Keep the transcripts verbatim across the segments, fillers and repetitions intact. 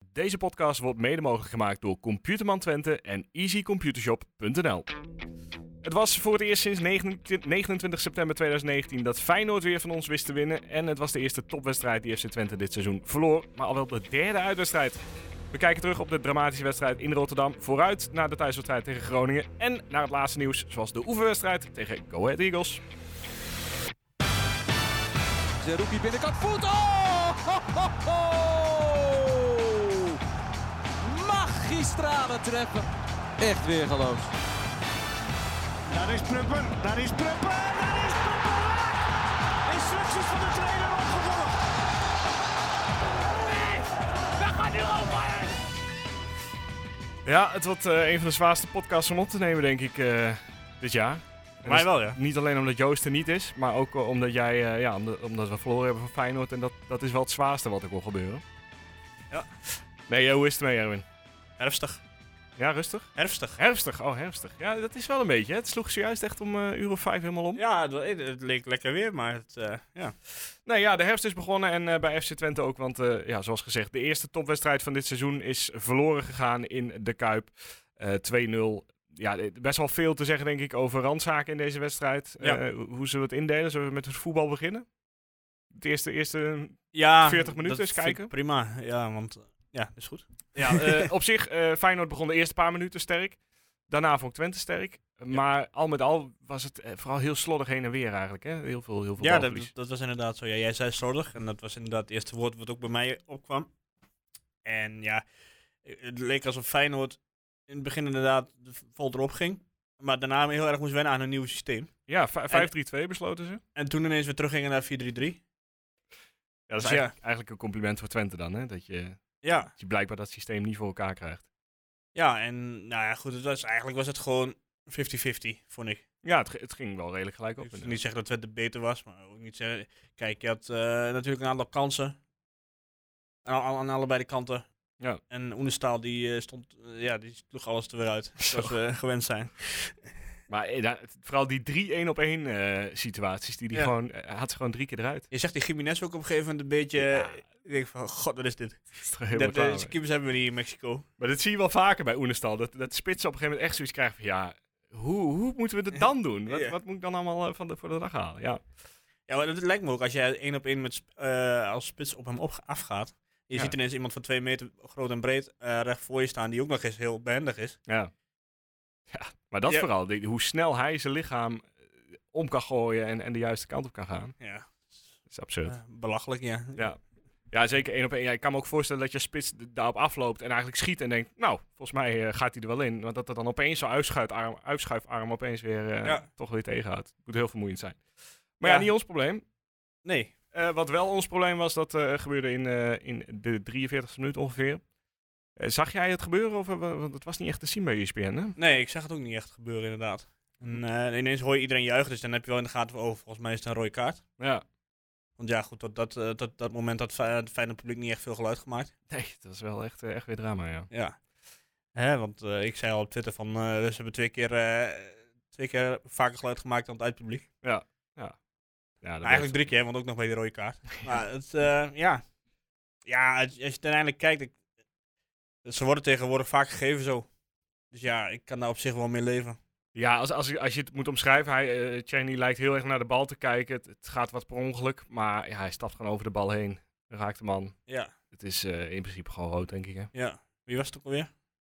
Deze podcast wordt mede mogelijk gemaakt door Computerman Twente en easy computershop punt n l. Het was voor het eerst sinds negenentwintig september tweeduizend negentien dat Feyenoord weer van ons wist te winnen. En het was de eerste topwedstrijd die F C Twente dit seizoen verloor, maar al wel de derde uitwedstrijd. We kijken terug op de dramatische wedstrijd in Rotterdam, vooruit naar de thuiswedstrijd tegen Groningen en naar het laatste nieuws, zoals de oefenwedstrijd tegen Go Ahead Eagles. Zerouki binnenkant voet. Oh! Ho, ho, ho! Magistrale treffen. Echt weer geloof. Daar is Prupper, daar is Prupper, daar is Prupper! Instructies van de trainer opgevolgd. We gaan nu over! Ja, het wordt uh, een van de zwaarste podcasts om op te nemen, denk ik, uh, dit jaar. Voor mij wel, ja. Niet alleen omdat Joost er niet is, maar ook uh, omdat, jij, uh, ja, omdat, omdat we verloren hebben van Feyenoord. En dat, dat is wel het zwaarste wat er kon gebeuren. Ja. Nee, uh, hoe is het mee, Erwin? Herfstig. Ja, rustig? Herfstig. Herfstig, oh herfstig. Ja, dat is wel een beetje. Hè? Het sloeg zojuist echt om uh, uur of vijf helemaal om. Ja, het, het leek lekker weer, maar het, uh, ja. Nee, ja, de herfst is begonnen en uh, bij F C Twente ook. Want uh, ja, zoals gezegd, de eerste topwedstrijd van dit seizoen is verloren gegaan in de Kuip. Uh, twee nul. Ja, best wel veel te zeggen, denk ik, over randzaken in deze wedstrijd. Ja. Uh, hoe zullen we het indelen? Zullen we met het voetbal beginnen? Het eerste, eerste ja, veertig minuten eens kijken? Prima, ja, want ja, dat is goed. Ja, uh, op zich, uh, Feyenoord begon de eerste paar minuten sterk. Daarna vond ik Twente sterk. Ja. Maar al met al was het uh, vooral heel slordig heen en weer eigenlijk. Hè? Heel veel, heel veel Ja, dat, dat was inderdaad zo. Ja, jij zei slordig en dat was inderdaad het eerste woord wat ook bij mij opkwam. En ja, het leek alsof Feyenoord in het begin inderdaad vol erop ging. Maar daarna heel erg moest wennen aan een nieuw systeem. Ja, vijf drie twee besloten ze. En toen ineens weer teruggingen naar vier drie drie. Ja, dat is dus eigenlijk, ja. eigenlijk een compliment voor Twente dan, hè? Dat je, ja. dat je blijkbaar dat systeem niet voor elkaar krijgt. Ja, en nou ja, goed, het was, eigenlijk was het gewoon vijftig vijftig, vond ik. Ja, het, het ging wel redelijk gelijk op. Ik wil niet zeggen dat Twente beter was, maar ook niet zeggen... Kijk, je had uh, natuurlijk een aantal kansen. Aan, aan allebei de kanten. Ja. En Oenestaal die uh, stond, uh, ja, die sloeg alles er weer uit, zoals we gewend zijn. Maar eh, vooral die drie één op één uh, situaties, die, die ja. gewoon, uh, had ze gewoon drie keer eruit. Je zegt die Jiménez ook op een gegeven moment een beetje... Ja. Ik denk van, god, wat is dit? Dat is toch helemaal klaar. Deze keepers hebben we niet in Mexico. Maar dat zie je wel vaker bij Oenestal. Dat, dat spitsen op een gegeven moment echt zoiets krijgen van... Ja, hoe, hoe moeten we dit dan doen? Wat, ja. wat moet ik dan allemaal uh, van de, voor de dag halen? Ja, ja maar het lijkt me ook als jij één op één met uh, als spits op hem op afgaat. Je ja. ziet ineens iemand van twee meter groot en breed uh, recht voor je staan... die ook nog eens heel behendig is. Ja, ja maar dat ja. vooral. Die, hoe snel hij zijn lichaam om kan gooien en, en de juiste kant op kan gaan. Ja. Dat is absurd. Uh, belachelijk, ja. Ja. Ja, zeker één op één. Ja, ik kan me ook voorstellen dat je spits daarop afloopt en eigenlijk schiet en denkt, nou, volgens mij uh, gaat hij er wel in. Want dat er dan opeens zo'n uitschuifarm, uitschuifarm opeens weer uh, ja. toch weer tegenhoudt. Het moet heel vermoeiend zijn. Maar ja, ja niet ons probleem. Nee. Uh, wat wel ons probleem was, dat uh, gebeurde in, uh, in de drieënveertigste minuut ongeveer. Uh, zag jij het gebeuren? Of, uh, want het was niet echt te zien bij E S P N, hè? Nee, ik zag het ook niet echt gebeuren, inderdaad. En uh, ineens hoor je iedereen juichen, dus dan heb je wel in de gaten van, oh, volgens mij is het een rode kaart. Ja. Want ja, goed, tot dat, uh, tot dat moment had het Feyenoord publiek niet echt veel geluid gemaakt. Nee, dat was wel echt, uh, echt weer drama, ja. Ja. Hè, want uh, ik zei al op Twitter van, uh, ze hebben twee keer, uh, twee keer vaker geluid gemaakt dan het uitpubliek. Ja, ja. Ja, dat eigenlijk drie keer, want ook nog bij de rode kaart. Maar het, uh, ja. Ja, als je uiteindelijk kijkt, ik, ze worden tegenwoordig vaak gegeven zo. Dus ja, ik kan daar op zich wel mee leven. Ja, als, als, als je het moet omschrijven, hij, uh, Tjerni lijkt heel erg naar de bal te kijken. Het, het gaat wat per ongeluk, maar ja, hij stapt gewoon over de bal heen. Raakt de man. Ja. Het is uh, in principe gewoon rood, denk ik, hè? Ja. Wie was het ook alweer?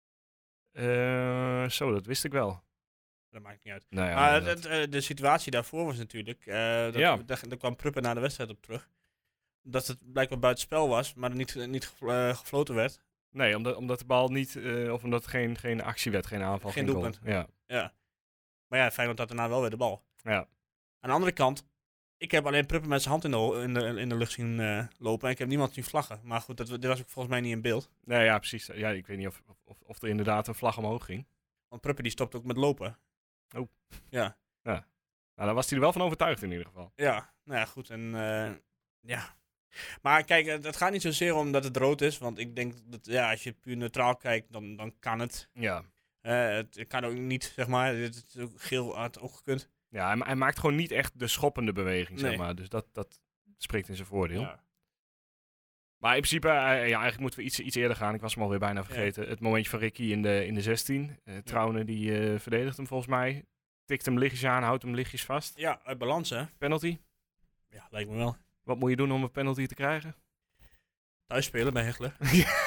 Uh, zo, dat wist ik wel. Dat maakt niet uit. Nou ja, maar het, het, de situatie daarvoor was natuurlijk... Uh, dat, ja. daar, daar kwam Prupper na de wedstrijd op terug. Dat het blijkbaar buitenspel was, maar er niet, niet uh, gefloten werd. Nee, omdat, omdat de bal niet... Uh, of omdat er geen, geen actie werd, geen aanval. Geen, geen doelpunt. Ja. ja. Maar ja, Feyenoord had daarna wel weer de bal. Ja. Aan de andere kant... Ik heb alleen Prupper met zijn hand in de, in de, in de lucht zien uh, lopen. En ik heb niemand zien vlaggen. Maar goed, dat, dat was ook volgens mij niet in beeld. Nee, ja, precies. Ja, ik weet niet of, of, of er inderdaad een vlag omhoog ging. Want Prupper die stopt ook met lopen. Oh. Ja. Ja. Nou, daar was hij er wel van overtuigd in ieder geval. Ja, nou ja, goed. En uh, ja... Maar kijk, het, het gaat niet zozeer om dat het rood is. Want ik denk dat ja, als je puur neutraal kijkt, dan, dan kan het. Ja. Uh, het, het kan ook niet, zeg maar. Het, het is ook geel had ook gekund. Ja, hij, hij maakt gewoon niet echt de schoppende beweging, nee. zeg maar. Dus dat, dat spreekt in zijn voordeel. Ja. Maar in principe, uh, ja, eigenlijk moeten we iets, iets eerder gaan. Ik was hem alweer bijna vergeten. Ja. Het momentje van Ricky in de, in de zestien. Uh, Trouwne, ja. die uh, verdedigt hem volgens mij. Tikt hem lichtjes aan, houdt hem lichtjes vast. Ja, uit balans hè. Penalty? Ja, lijkt me wel. Wat moet je doen om een penalty te krijgen? Thuis spelen bij Hichler. ja,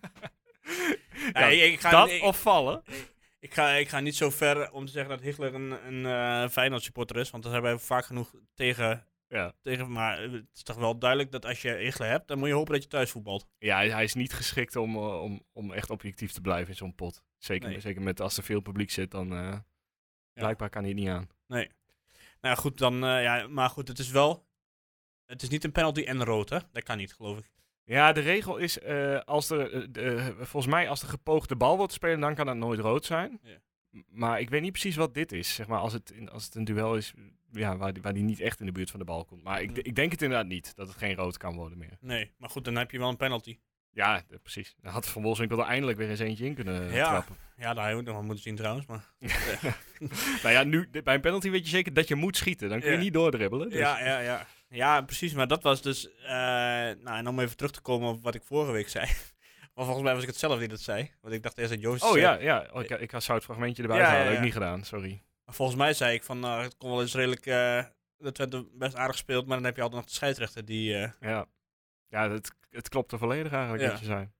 ja, ik, ik ga, dat ik, of vallen? Ik, ik, ga, ik ga niet zo ver om te zeggen dat Hichler een, een uh, Feyenoord supporter is. Want dat hebben wij vaak genoeg tegen... Ja. tegen. Maar het is toch wel duidelijk dat als je Hichler hebt, dan moet je hopen dat je thuis voetbalt. Ja, hij, hij is niet geschikt om, uh, om, om echt objectief te blijven in zo'n pot. Zeker, nee. zeker met als er veel publiek zit, dan uh, ja. blijkbaar kan hij het niet aan. Nee. Nou ja, goed, dan... Uh, ja, maar goed, het is wel... Het is niet een penalty en rood, hè? Dat kan niet, geloof ik. Ja, de regel is, uh, als er, uh, volgens mij als er gepoogd de bal wordt te spelen, dan kan dat nooit rood zijn. Ja. Maar ik weet niet precies wat dit is. Zeg maar, als het, in, als het een duel is ja, waar, die, waar die niet echt in de buurt van de bal komt. Maar ik, ik denk het inderdaad niet, dat het geen rood kan worden meer. Nee, maar goed, dan heb je wel een penalty. Ja, d- precies. Dan had Van Wolfswinkel er eindelijk weer eens eentje in kunnen ja. trappen. Ja, daar hebben we nog wel moeten zien trouwens. Maar nou ja, nu, bij een penalty weet je zeker dat je moet schieten. Dan kun je ja. niet doordribbelen. Dus. Ja, ja, ja. Ja, precies. Maar dat was dus... Uh, nou, en om even terug te komen op wat ik vorige week zei. Maar volgens mij was ik het zelf die dat zei. Want ik dacht eerst dat Joost Oh zei. ja, ja. Oh, ik, ik had zo'n fragmentje erbij ja, gehaald. ja, ja. Dat heb ik niet gedaan, sorry. Maar volgens mij zei ik van... Uh, het kon wel eens redelijk... Uh, dat Twente best aardig gespeeld. Maar dan heb je altijd nog de scheidsrechter die... Uh, ja, ja het, het klopte volledig eigenlijk ja. wat je zei.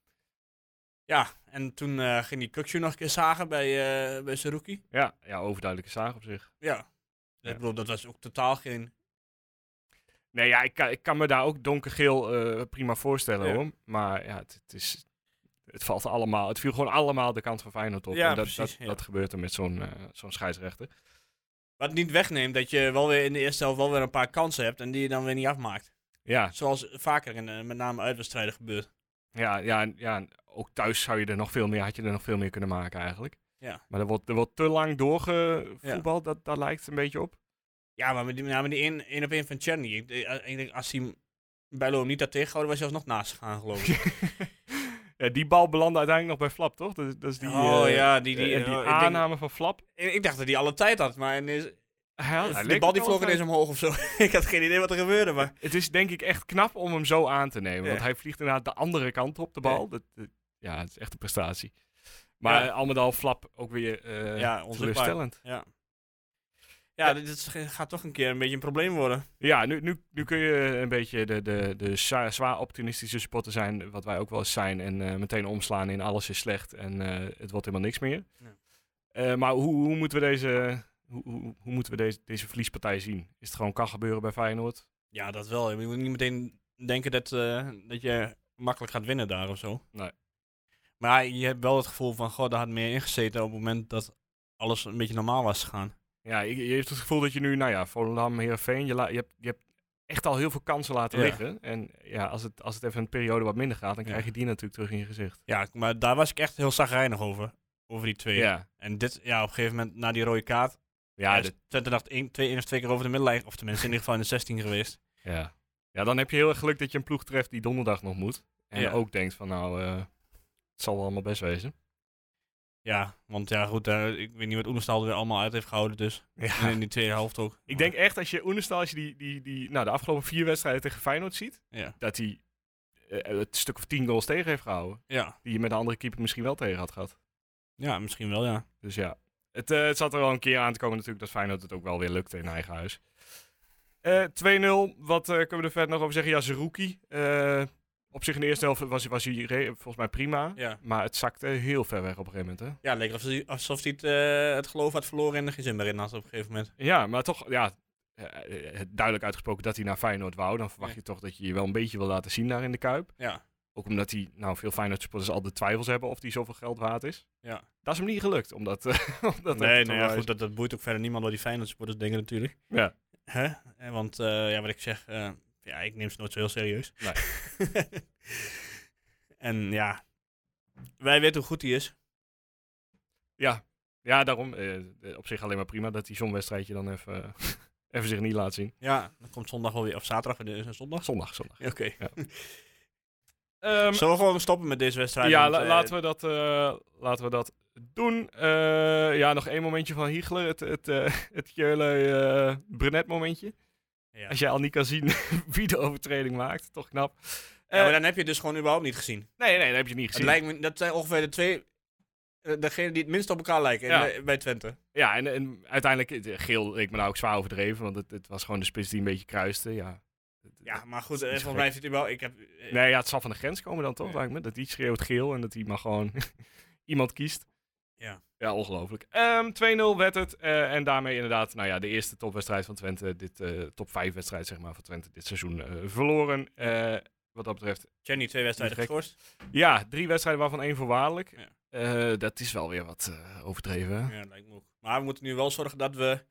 Ja, en toen uh, ging die Kukçu nog een keer zagen bij, uh, bij Saruki. Ja, ja, overduidelijke zaag op zich. Ja. ja. Ik bedoel, dat was ook totaal geen... Nee, ja, ik kan, ik kan me daar ook donkergeel uh, prima voorstellen, ja. hoor. Maar ja, het, het is... Het valt allemaal... Het viel gewoon allemaal de kant van Feyenoord op. Ja, en dat, precies. Dat, ja. dat gebeurt er met zo'n uh, zo'n scheidsrechter. Wat niet wegneemt dat je wel weer in de eerste helft wel weer een paar kansen hebt en die je dan weer niet afmaakt. Ja. Zoals vaker in uh, met name uitwedstrijden gebeurt. Ja, ja, ja, ook thuis zou je er nog veel meer, had je er nog veel meer kunnen maken eigenlijk. Ja. Maar er wordt, er wordt te lang doorgevoetbald, ja. dat, dat lijkt een beetje op. Ja, maar met die, nou, met die één op één van Tjerny, ik, ik denk als hij Bijlo hem niet had tegengehouden, was hij alsnog naast gegaan, geloof ik. ja, die bal belandde uiteindelijk nog bij Flap, toch? Dat, dat is die, oh uh, ja, die, die, uh, die uh, aanname denk, van Flap. Ik, ik dacht dat hij alle tijd had, maar ineens, ja, uh, die bal die vloog ineens omhoog of zo. Ik had geen idee wat er gebeurde, maar... Het is denk ik echt knap om hem zo aan te nemen, ja. want hij vliegt inderdaad de andere kant op de bal. Ja, dat, dat, ja het is echt een prestatie. Maar ja. al met al Flap ook weer uh, ja, teleurstellend. Ja. Ja, dit is, gaat toch een keer een beetje een probleem worden. Ja, nu, nu, nu kun je een beetje de, de, de zwaar optimistische supporter zijn, wat wij ook wel eens zijn, en uh, meteen omslaan in alles is slecht en uh, het wordt helemaal niks meer. Ja. Uh, maar hoe, hoe moeten we deze, hoe, hoe, hoe moeten we deze, deze verliespartij zien? Is het gewoon kan gebeuren bij Feyenoord? Ja, dat wel. Je moet niet meteen denken dat, uh, dat je makkelijk gaat winnen daar of zo. Nee. Maar je hebt wel het gevoel van, goh, daar had meer ingezeten op het moment dat alles een beetje normaal was gegaan. Ja, je, je hebt het gevoel dat je nu, nou ja, Volendam, Heerenveen, je, la, je, hebt, je hebt echt al heel veel kansen laten ja. liggen. En ja, als het, als het even een periode wat minder gaat, dan krijg je die natuurlijk terug in je gezicht. Ja, maar daar was ik echt heel chagrijnig over, over die twee. Ja. En dit, ja, op een gegeven moment, na die rode kaart, ja, de Twente dacht één, twee, één of twee keer over de middenlijn, of tenminste in ieder geval in de zestien geweest. Ja. Ja, dan heb je heel erg geluk dat je een ploeg treft die donderdag nog moet. En ja. ook denkt van, nou, uh, het zal wel allemaal best wezen. Ja, want ja goed, uh, ik weet niet wat Oenestal er weer allemaal uit heeft gehouden, dus ja. in die tweede helft ook. Ik denk echt als je Oenestal, als je die, die, die nou, de afgelopen vier wedstrijden tegen Feyenoord ziet, ja. dat hij uh, het stuk of tien goals tegen heeft gehouden. Ja. Die je met de andere keeper misschien wel tegen had gehad. Ja, misschien wel, ja. Dus ja, het, uh, het zat er wel een keer aan te komen natuurlijk dat Feyenoord het ook wel weer lukte in eigen huis. Uh, twee nul, wat uh, kunnen we er verder nog over zeggen? Ja, Zerouki. Uh, op zich in de eerste helft was, was hij re- volgens mij prima. Ja. Maar het zakte heel ver weg op een gegeven moment. Hè? Ja, leek alsof hij, alsof hij het, uh, het geloof had verloren en er geen zin meer in had op een gegeven moment. Ja, maar toch, ja, uh, duidelijk uitgesproken dat hij naar Feyenoord wou. Dan verwacht ja. je toch dat je je wel een beetje wil laten zien daar in de Kuip. Ja. Ook omdat hij, nou, veel Feyenoord supporters al de twijfels hebben of hij zoveel geld waard is. Ja. Dat is hem niet gelukt. Omdat, uh, omdat nee, nou ja, goed, dat, dat boeit ook verder niemand door die Feyenoord supporters denken natuurlijk. Ja. Hè? Want, uh, ja, wat ik zeg, uh, ja, ik neem ze nooit zo heel serieus. Nee. En ja, wij weten hoe goed hij is. Ja, ja daarom. Uh, op zich alleen maar prima dat hij zo'n wedstrijdje dan even, uh, even zich niet laat zien. Ja, dan komt zondag wel weer, of zaterdag, is het zondag? Zondag, zondag. Oké. Okay. Ja. um, Zullen we gewoon stoppen met deze wedstrijd? Ja, la- uh, laten, we dat, uh, laten we dat doen. Uh, ja, nog één momentje van Hichler. Het, het, uh, het Jurle uh, Brenet momentje. Ja. Als jij al niet kan zien wie de overtreding maakt. Toch knap. Ja, maar dan heb je het dus gewoon überhaupt niet gezien. Nee, nee, dat heb je niet Het gezien. lijkt me, dat zijn ongeveer de twee, uh, degene die het minst op elkaar lijken Ja. bij, bij Twente. Ja, en, en uiteindelijk, eh, Geel leek me nou ook zwaar overdreven, want het, het was gewoon de spits die een beetje kruiste. Ja, Ja, maar goed, Dat uh, is volgens gek. mij heeft het überhaupt... Ik heb, uh, Nee, ja, het zal van de grens komen dan toch, Ja. lijkt me. Dat die schreeuwt Geel en dat hij maar gewoon iemand kiest. Ja. Ja, ongelooflijk. Ehm, twee nul werd het. eh, en daarmee inderdaad, nou ja, de eerste topwedstrijd van Twente. Dit eh, top vijf wedstrijd, zeg maar, van Twente dit seizoen eh, verloren. Eh, wat dat betreft. Jenny twee wedstrijden Niet gek. geschorst. Ja, drie wedstrijden waarvan één voorwaardelijk. Ja. Eh, dat is wel weer wat eh, overdreven. hè? Ja, lijkt me ook. Maar we moeten nu wel zorgen dat we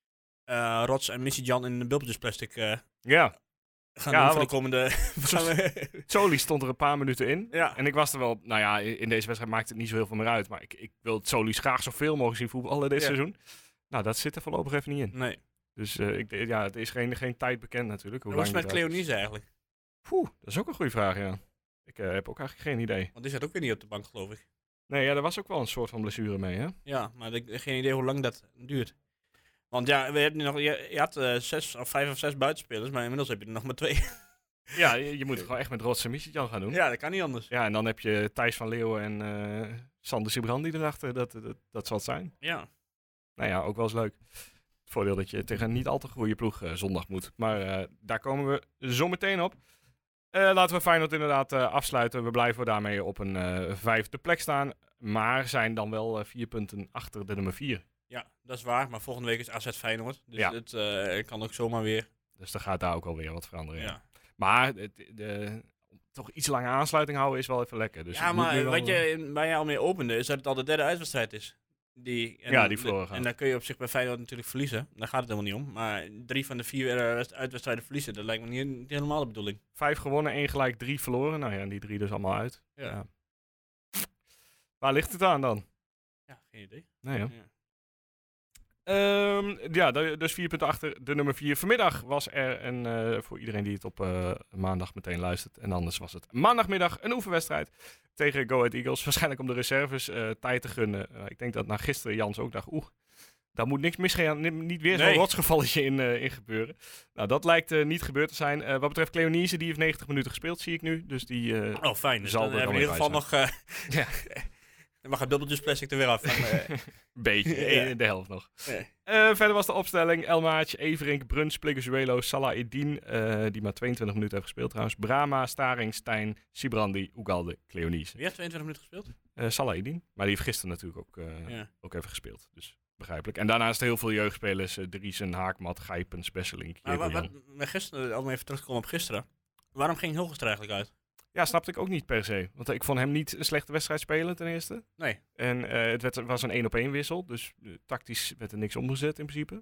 uh, Rots en Missy Jan in de bulpeltjesplastic uh, Ja, gaan Ja, doen voor want- de komende... gaan we- Soli stond er een paar minuten in. ja. En ik was er wel, nou ja, in in deze wedstrijd maakt het niet zo heel veel meer uit. Maar ik, ik wil het Solis graag zoveel mogelijk zien voetballen dit Ja. seizoen. Nou, dat zit er voorlopig even niet in. Nee. Dus eh, ik, ja, het is geen, geen tijd bekend natuurlijk. Hoe Hoe was het lang met dit uit- Cleonice eigenlijk? Poeh, dat is ook een goede vraag, ja. Ik eh, heb ook eigenlijk geen idee. Want die zat ook weer niet op de bank, geloof ik. Nee, ja, er was ook wel een soort van blessure mee, hè? Ja, maar ik heb geen idee hoe lang dat duurt. Want ja, we hebben nu nog, je, je had uh, zes of vijf of zes buitenspelers, maar inmiddels heb je er nog maar twee. Ja, je, je moet het gewoon echt met Rots en Misitjan gaan doen. Ja. ja, dat kan niet anders. En dan heb je Thijs van Leeuwen en eh Sander Sibrandi erachter. Dat, dat, dat zal het zijn. Ja. Nou ja, ook wel eens leuk. Het voordeel dat je tegen een niet al te goede ploeg eh, zondag moet. Maar eh, daar komen we zo meteen op. Eh, laten we Feyenoord inderdaad eh, afsluiten. We blijven daarmee op een eh, vijfde plek staan. Maar zijn dan wel eh, vier punten achter de nummer vier. Ja, dat is waar. Maar volgende week is A Z Feyenoord. Dus Ja. het uh, kan ook zomaar weer. Dus dan gaat daar ook alweer wat veranderen. Ja, Ja. Maar het, de, toch iets lange aansluiting houden is wel even lekker. Dus ja het moet maar nu wel, wat je eh, in- bij jou mee opende, is dat het al de derde uitwedstrijd is. Die, en Ja, dan- die verloren gaat. En dan kun je op zich bij Feyenoord natuurlijk verliezen. Daar gaat het helemaal niet om. Maar drie van de vier uh, west- uitwedstrijden verliezen, dat lijkt me niet, niet helemaal de bedoeling. vijf gewonnen, één gelijk, drie verloren. Nou ja, en die drie dus allemaal uit. Ja, Ja. ja. Waar ligt het aan dan? geen idee. Nee, ja. Ja. Ehm, ja, de- dus vier punten achter de nummer vier. Vanmiddag was er een, eh, voor iedereen die het op eh, maandag meteen luistert. En anders was het maandagmiddag een oefenwedstrijd tegen Go Ahead Eagles. Waarschijnlijk om de reserves eh, tijd te gunnen. Uh, ik denk dat na gisteren Jans ook dacht, oeh, daar moet niks misgaan. Ni- Niet weer zo'n Nee. rotsgevalletje in, uh, in gebeuren. Nou, dat lijkt uh, niet gebeurd te zijn. Uh, wat betreft Cleonice, die heeft negentig minuten gespeeld, zie ik nu. Dus die... Uh, Oh, fijn. Dus zal dan er hebben we in dan ieder geval weer nog... Uh, Ja. dan mag het dubbeltjes plastic er weer af. Van, uh, beetje, Ja. in de helft nog. Nee. Uh, verder was de opstelling Elmaatje, Everink, Bruns, Pleguezuelo, Salah Eddin, uh, die maar tweeëntwintig minuten heeft gespeeld trouwens. Brama, Staring, Stijn, Sibrandi, Ugalde, Cleonice. Wie heeft tweeëntwintig minuten gespeeld? Uh, Salah Eddin, maar die heeft gisteren natuurlijk ook, uh, Ja. ook even gespeeld. Dus begrijpelijk. En daarnaast heel veel jeugdspelers. Uh, Driesen, Haakmat, Gijpens, Besselink, Maar wat, Jeroen. wat, met gisteren, om even terug te komen op gisteren. Waarom ging Hilgers er eigenlijk uit? Ja, snapte ik ook niet per se. Want ik vond hem niet een slechte wedstrijd spelen ten eerste. Nee. En uh, het werd, was een één op één wissel. Dus uh, tactisch werd er niks omgezet in principe.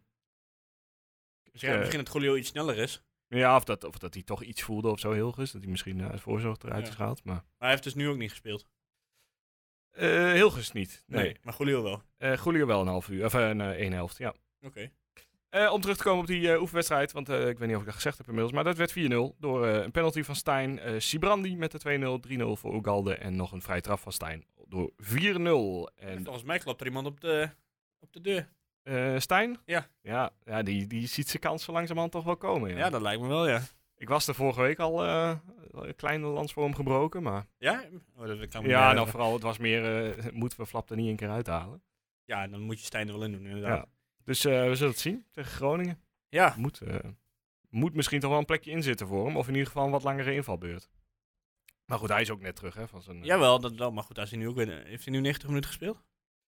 Dus ja, Eh, misschien dat Julio iets sneller is. Ja, of dat, of dat hij toch iets voelde of zo heel goed. Dat hij misschien uh, uit voorzorg eruit Ja. is gehaald. Maar Maar hij heeft dus nu ook niet gespeeld. uh, heel goed niet. Nee. nee. Maar Julio wel. Uh, Julio wel een half uur. Of uh, een uh, één helft, ja. Oké. Okay. Uh, om terug te komen op die uh, oefenwedstrijd. Want uh, ik weet niet of ik dat gezegd heb inmiddels. Maar dat werd vier nul. Door uh, een penalty van Stijn. Uh, Sibrandi met de twee nul. drie nul voor Ugalde. En nog een vrije trap van Stijn. Door vier nul. En En volgens mij klopt er iemand op de, op de deur. Uh, Stijn? Ja. Ja, ja die, die ziet zijn kans zo langzamerhand toch wel komen. Ja, Ja, dat lijkt me wel, ja. Ik was er vorige week al uh, een kleine lans voor hem gebroken, maar... Ja? Oh, dat kan me Ja, niet, nou uh, vooral, het was meer, uh, moeten we Flap er niet een keer uithalen. Ja, dan moet je Stijn er wel in doen, inderdaad. Ja. Dus uh, we zullen het zien tegen Groningen. Ja. Moet, uh, moet misschien toch wel een plekje in zitten voor hem, of in ieder geval een wat langere invalbeurt. Maar goed, hij is ook net terug, hè, van zijn... Uh... Jawel, dat wel, maar goed, als hij nu ook weer... Heeft hij nu negentig minuten gespeeld?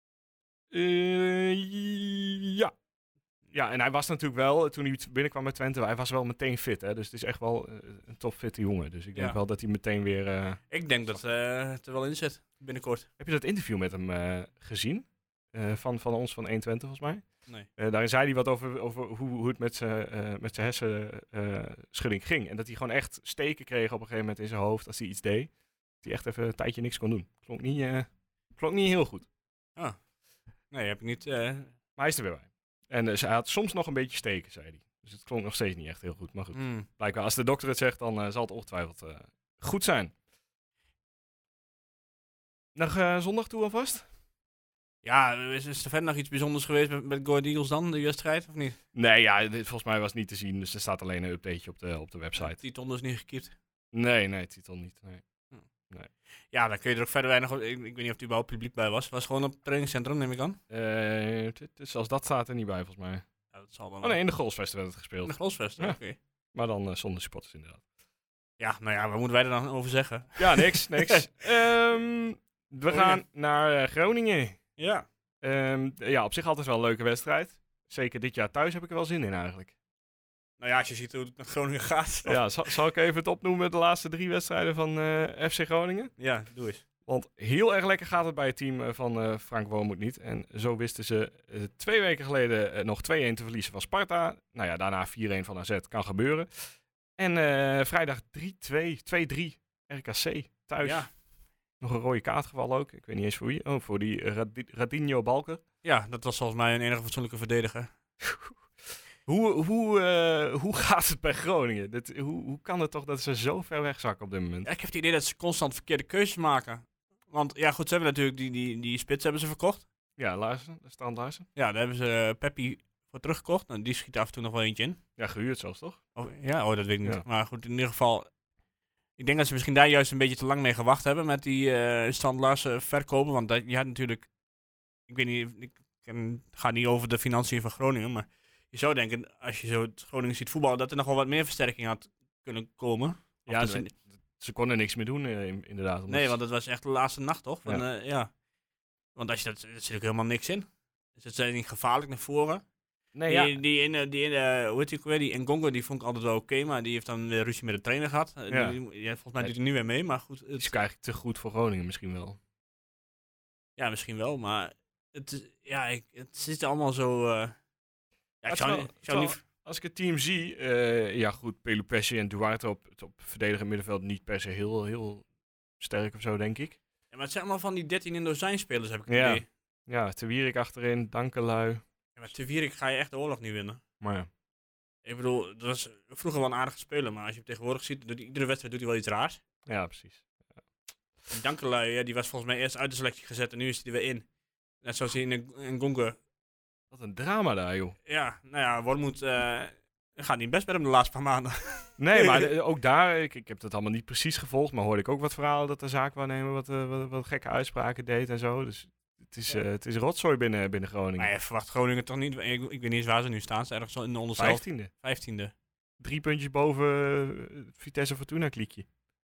Uh, ja. Ja, en hij was natuurlijk wel, toen hij binnenkwam met Twente, hij was wel meteen fit. Hè? Dus het is echt wel uh, een topfitte jongen. Dus ik denk Ja. wel dat hij meteen weer... Uh... Ik denk dat uh, het er wel in zit, binnenkort. Heb je dat interview met hem uh, gezien? Uh, van, van ons, van honderdtwintig volgens mij? Nee. Uh, daarin zei hij wat over, over hoe, hoe het met zijn uh, met zijn hersenschudding uh, ging. En dat hij gewoon echt steken kreeg op een gegeven moment in zijn hoofd als hij iets deed. Dat hij echt even een tijdje niks kon doen. Klonk niet, uh, klonk niet heel goed. Ah. Nee, heb ik niet... Uh... Maar hij is er weer bij. En uh, hij had soms nog een beetje steken, zei hij. Dus het klonk nog steeds niet echt heel goed. Maar goed, Mm. blijkbaar als de dokter het zegt, dan uh, zal het ongetwijfeld uh, goed zijn. Nog uh, zondag toe alvast? Ja, is, is er verder nog iets bijzonders geweest met, met Go Ahead Eagles dan, die wedstrijd, of niet? Nee, ja, dit, volgens mij was het niet te zien. Dus er staat alleen een updateje op de, op de website. Die ton is niet gekiept. Nee, nee, titel niet. Nee. Ja, dan kun je er ook verder weinig... Ik, ik weet niet of er überhaupt publiek bij was. Het was gewoon op het trainingscentrum, neem ik aan. Uh, t- dus als dat staat er niet bij, volgens mij. Ja, dat zal dan Oh nee, in de Golfsvesten werd het gespeeld. in de Grosvest, Ja. oké. Maar dan uh, zonder supporters inderdaad. Ja, nou ja, wat moeten wij er dan over zeggen? Ja, niks, niks. um, we Oh, gaan ja. naar uh, Groningen. Ja. Um, ja, op zich altijd wel een leuke wedstrijd. Zeker dit jaar thuis heb ik er wel zin in eigenlijk. Nou ja, als je ziet hoe het met Groningen gaat. Ja, zal, zal ik even het opnoemen, de laatste drie wedstrijden van uh, F C Groningen? Ja, doe eens. Want heel erg lekker gaat het bij het team van uh, Frank Wormoed niet. En zo wisten ze uh, twee weken geleden uh, nog twee-een te verliezen van Sparta. Nou ja, daarna vier-een van A Z, kan gebeuren. En uh, vrijdag drie-twee, twee-drie, R K C thuis. Ja. Nog een rode kaart geval ook. Ik weet niet eens voor wie. Oh, voor die uh, Rad- Radinho Balker. Ja, dat was volgens mij een enige fatsoenlijke verdediger. hoe, hoe, uh, hoe gaat het bij Groningen? Dit, hoe, hoe kan het toch dat ze zo ver wegzakken op dit moment? Ja, ik heb het idee dat ze constant verkeerde keuzes maken. Want ja, goed, ze hebben natuurlijk die, die, die spits hebben ze verkocht. Ja, Larsen, Strand Larsen. Ja, daar hebben ze uh, Peppi voor teruggekocht. En die schiet af en toe nog wel eentje in. Ja, gehuurd zelfs toch? Oh, ja, oh, dat weet ik niet. Ja. Maar goed, in ieder geval... Ik denk dat ze misschien daar juist een beetje te lang mee gewacht hebben met die uh, Strand Larsen verkopen. Want dat, je had natuurlijk... Ik weet niet, ik ken, het gaat niet over de financiën van Groningen, maar je zou denken, als je zo het Groningen ziet voetballen, dat er nog wel wat meer versterking had kunnen komen. Of Ja, dat ze, ze- ze konden niks meer doen uh, in- inderdaad. omdat nee, ze- want het was echt de laatste nacht, toch? Van, Ja. ja. ja. Want als je dat, er zit natuurlijk helemaal niks in. Dus het zijn niet gevaarlijk naar voren. nee, ja. Die, die in, die in uh, hoe heet die ook weer, die Ngongo, die vond ik altijd wel oké, maar die heeft dan weer ruzie met de trainer gehad. Uh, Ja. die, die- ja, volgens mij doet hij nu weer mee, maar goed. Het Het, is eigenlijk te goed voor Groningen misschien wel. ja, misschien wel, maar het, is- ja, ik, het zit allemaal zo... uh, ja, ik het zou, is niet- wel- ik zou het is niet... Als ik het team zie, uh, ja goed, Pelupessi en Duarte op het op verdedigend middenveld niet per se heel, heel sterk of zo, denk ik. Ja, maar het zijn allemaal van die dertien in dozijn spelers, heb ik het Ja. idee. Ja, Te Wierik achterin, Dankelui. Ja, maar Te Wierik ga je echt de oorlog niet winnen. Maar ja, Ik bedoel, dat was vroeger wel een aardige speler, maar als je hem tegenwoordig ziet, doet hij, iedere wedstrijd doet hij wel iets raars. ja precies. En Dankelui, ja, die was volgens mij eerst uit de selectie gezet en nu is hij er weer in. Net zoals hij in een, een Gonge. Wat een drama daar, joh. Ja, nou ja, Wormoed uh, gaat niet best met hem de laatste paar maanden. Nee, maar de- ook daar, ik, ik heb dat allemaal niet precies gevolgd, maar hoorde ik ook wat verhalen dat de zaakwaarnemer wat, uh, wat, wat gekke uitspraken deed en zo. Dus het is, uh, het is rotzooi binnen, binnen Groningen. Maar je verwacht Groningen toch niet, ik, ik weet niet eens waar ze nu staan, ze zijn ergens zo in de onderzelf. Vijftiende. Vijftiende. Drie puntjes boven uh, Vitesse Fortuna kliekje.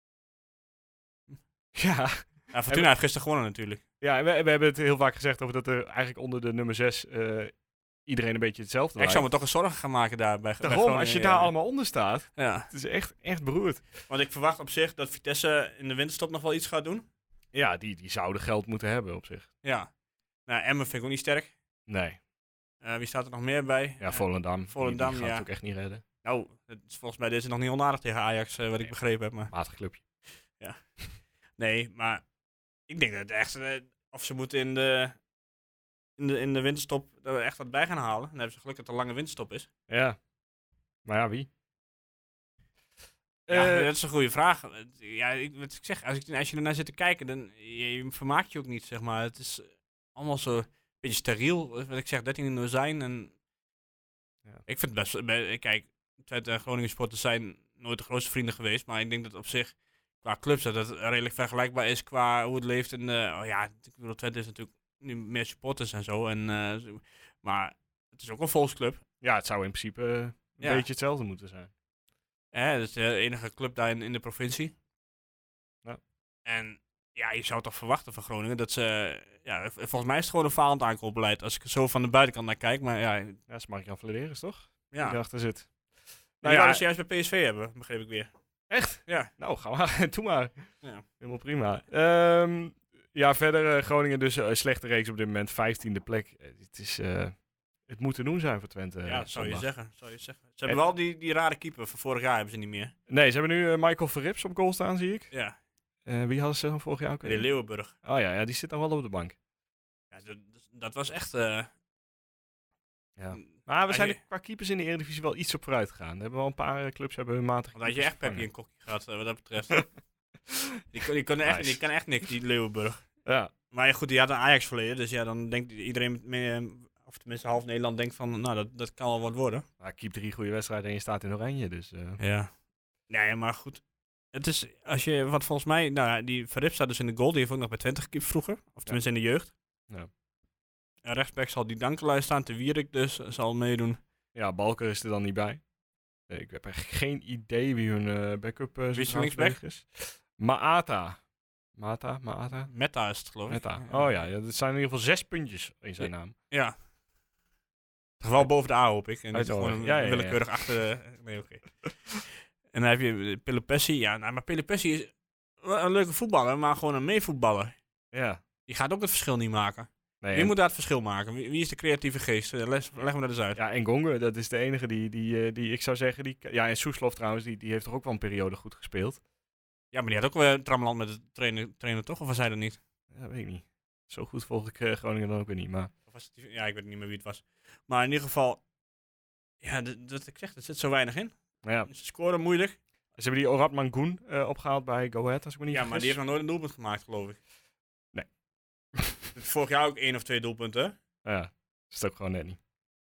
Ja. Ja, Fortuna heeft gisteren gewonnen natuurlijk. Ja, we, we hebben het heel vaak gezegd over dat er eigenlijk onder de nummer zes uh, iedereen een beetje hetzelfde Ja, ik lijkt. zou me toch eens zorgen gaan maken daar bij, bij Daarom, Groningen. als je daar ja. allemaal onder staat, Ja, het is echt, echt beroerd. want ik verwacht op zich dat Vitesse in de winterstop nog wel iets gaat doen. Ja, die, die zouden geld moeten hebben op zich. Ja. Nou, Emmen vind ik ook niet sterk. Nee. Uh, wie staat er nog meer bij? Ja, Uh, Volendam. Volendam, die, die gaat ja. het ook echt niet redden. Nou, het is volgens mij deze nog niet onaardig tegen Ajax, uh, wat ik begrepen heb. Maar Matig clubje. nee, maar ik denk dat het echt, uh, of ze moeten in de, in de, in de winterstop er echt wat bij gaan halen. Dan hebben ze geluk dat het een lange winterstop is. Ja. Maar ja, wie? Ja, Eh, dat is een goede vraag. Ja, ik, wat ik zeg, als, ik, als je ernaar zit te kijken, dan je, je vermaakt je ook niet, zeg maar. Het is allemaal zo een beetje steriel. Wat ik zeg, dertien in dozijn. En Ja. ik vind het best... be- Kijk, Twente en Groningen supporters zijn nooit de grootste vrienden geweest. Maar ik denk dat op zich, qua clubs, dat het redelijk vergelijkbaar is qua hoe het leeft. En, uh, oh ja, ik bedoel, Twente is natuurlijk nu meer supporters en zo. En, uh, zo- maar het is ook een volksclub. ja, het zou in principe uh, een Ja. beetje hetzelfde moeten zijn. Hè, dat is de enige club daar in, in de provincie. Ja. En ja, je zou toch verwachten van Groningen dat ze... Ja, v- volgens mij is het gewoon een falend aankoopbeleid. Als ik er zo van de buitenkant naar kijk. Maar ja, Ja, dat is Mark-Jan Vladeris, toch? Die ja. erachter zit. Nou Nou ja, ja, dus juist bij P S V hebben, begreep ik weer. echt? Ja. Nou, ga maar. Doe maar. Ja. Helemaal prima. Ehm, ja, verder uh, Groningen dus een uh, slechte reeks op dit moment. vijftiende plek. Uh, het is... Uh, het moet te doen zijn voor Twente. Ja, uh, dat zou je zondag. zeggen. Zou je zeggen. Ze hebben wel die, die rare keeper van vorig jaar, hebben ze niet meer. Nee, ze hebben nu uh, Michael Verrips op goal staan, zie ik. Ja, Uh, wie hadden ze dan vorig jaar ook? de weer? Leeuwenburg. Oh ja, ja, die zit dan wel op de bank. Ja, dat, dat was echt... Uh, Ja. Maar we Als zijn je- er qua keepers in de Eredivisie wel iets op vooruit gegaan. Er hebben wel een paar uh, clubs hebben hun matige Want had je keepers echt Peppi en vervangen. Kokkie gehad, uh, wat dat betreft. die, kon- die, kon echt, Nice. die kan echt niks, die Leeuwenburg. Ja. Maar ja, goed, die had een Ajax verleden. Dus ja, dan denkt iedereen, mee, of tenminste half Nederland, denkt van, nou, dat, dat kan wel wat worden. Maar keep drie goede wedstrijden en je staat in oranje, dus... uh, Ja. Nee, maar goed. Het is, als je, wat volgens mij, nou ja, die Verrips staat dus in de goal, die heeft ook nog bij Twente gekiept vroeger. Of tenminste in de jeugd. Ja. En rechtsback zal die Dankelui staan, Te Wierik dus, zal meedoen. Ja, Balker is er dan niet bij. Nee, ik heb echt geen idee wie hun uh, backup uh, Wie is de linksback? is. Maata. Maata, Maata. Meta is het, geloof ik. Meta. Oh ja, ja, dat zijn in ieder geval zes puntjes in zijn Ja. naam. Ja. Wel boven de A, hoop ik. En niet Uit de gewoon oren. een Ja, ja, ja. willekeurig achter de... Nee, oké. En dan heb je Pelopessi. Ja, nou, maar Pelopessi is wel een leuke voetballer, maar gewoon een meevoetballer. Ja. Die gaat ook het verschil niet maken. Nee, Wie en- moet daar het verschil maken? Wie, wie is de creatieve geest? Eh, Les, leg me dat eens uit. Ja, en Gonge, dat is de enige die, die, uh, die ik zou zeggen... Die, ja, en Soeslof trouwens, die, die heeft toch ook wel een periode goed gespeeld. Ja, maar die had ook wel een trammeland met de trainer, trainer toch? Of was hij dat niet? Ja, weet ik niet. Zo goed volg ik uh, Groningen dan ook weer niet, maar... Of was het die- ja, ik weet niet meer wie het was. Maar in ieder geval... Ja, d- dat ik zeg, er zit zo weinig in. Ja, Ze scoren moeilijk. ze hebben die Orad Mangoen uh, opgehaald bij Go Ahead, als ik me niet Ja, maar die vergis. heeft nog nooit een doelpunt gemaakt, geloof ik. Nee. Vorig jaar ook één of twee doelpunten. hè? Ja, is het ook gewoon net niet.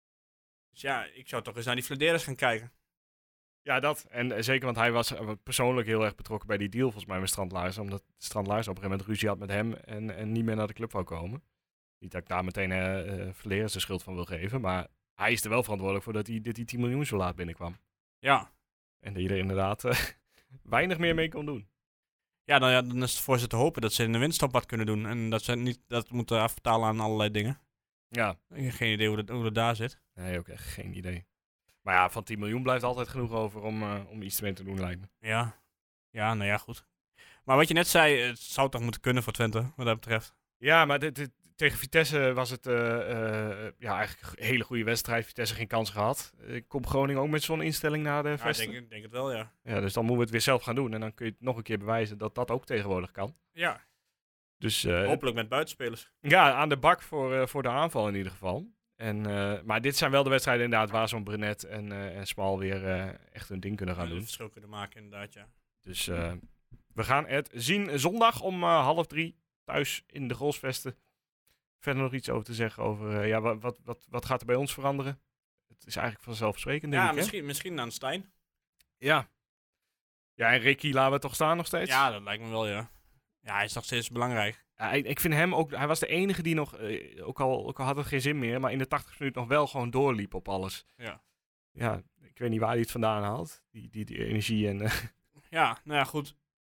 Dus ja, ik zou toch eens naar die Flederis gaan kijken. Ja, dat. En uh, zeker, want hij was uh, persoonlijk heel erg betrokken bij die deal, volgens mij, met Strand Larsen. Omdat Strand Larsen op een gegeven moment ruzie had met hem en, en niet meer naar de club wou komen. Niet dat ik daar meteen uh, uh, Verleers de schuld van wil geven, maar hij is er wel verantwoordelijk voor dat hij, dat die tien miljoen zo laat binnenkwam. Ja. En dat je er inderdaad uh, weinig meer mee kon doen. Ja, dan, ja, dan is het voor ze te hopen dat ze in de winststop wat kunnen doen. En dat ze niet dat moeten afbetalen aan allerlei dingen. Ja. Ik heb geen idee hoe dat, hoe dat daar zit. Nee, ook echt geen idee. Maar ja, van tien miljoen blijft altijd genoeg over om, uh, om iets mee te doen, lijkt me. Ja. Ja, nou ja, goed. Maar wat je net zei, het zou toch moeten kunnen voor Twente, wat dat betreft. Ja, maar dit, dit, tegen Vitesse was het uh, uh, ja, eigenlijk een hele goede wedstrijd. Vitesse geen kans gehad. Uh, komt Groningen ook met zo'n instelling naar de Ja, ik vesten? denk, ik denk het wel, ja. Ja, dus dan moeten we het weer zelf gaan doen. En dan kun je het nog een keer bewijzen dat dat ook tegenwoordig kan. Ja, Dus uh, hopelijk met buitenspelers. ja, aan de bak voor, uh, voor de aanval in ieder geval. En, uh, maar dit zijn wel de wedstrijden inderdaad waar zo'n Brenet en, uh, en Smal weer uh, echt hun ding kunnen gaan Ja, doen. het verschil kunnen maken, inderdaad, ja. Dus uh, we gaan het zien zondag om uh, half drie thuis in de Grolsvesten. Verder nog iets over te zeggen over uh, ja, wat, wat, wat, wat gaat er bij ons veranderen? Het is eigenlijk vanzelfsprekend, denk Ja, ik, hè? misschien, misschien aan Stijn. Ja. Ja, en Ricky laten we toch staan nog steeds? Ja, dat lijkt me wel, ja. Ja, hij is nog steeds belangrijk. Ja, ik, ik vind hem ook... Hij was de enige die nog... Uh, ook, al, ook al had het geen zin meer... maar in de tachtig minuten nog wel gewoon doorliep op alles. Ja. Ja, ik weet niet waar hij het vandaan haalt. Die, die, die energie en... Uh, Ja, nou ja, goed.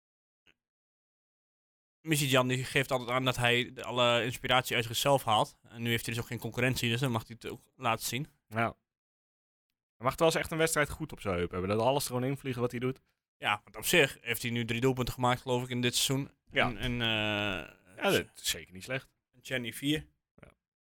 Jan die geeft altijd aan dat hij de- alle inspiratie uit zichzelf haalt. En nu heeft hij dus ook geen concurrentie, dus dan mag hij het ook laten zien. ja. Hij mag wel eens echt een wedstrijd goed op zijn heup hebben. Dat alles er gewoon invliegen wat hij doet. Ja, want op zich heeft hij nu drie doelpunten gemaakt, geloof ik, in dit seizoen. Ja. En, en uh, Ja, dat is zeker niet slecht. Channy vier. Ja,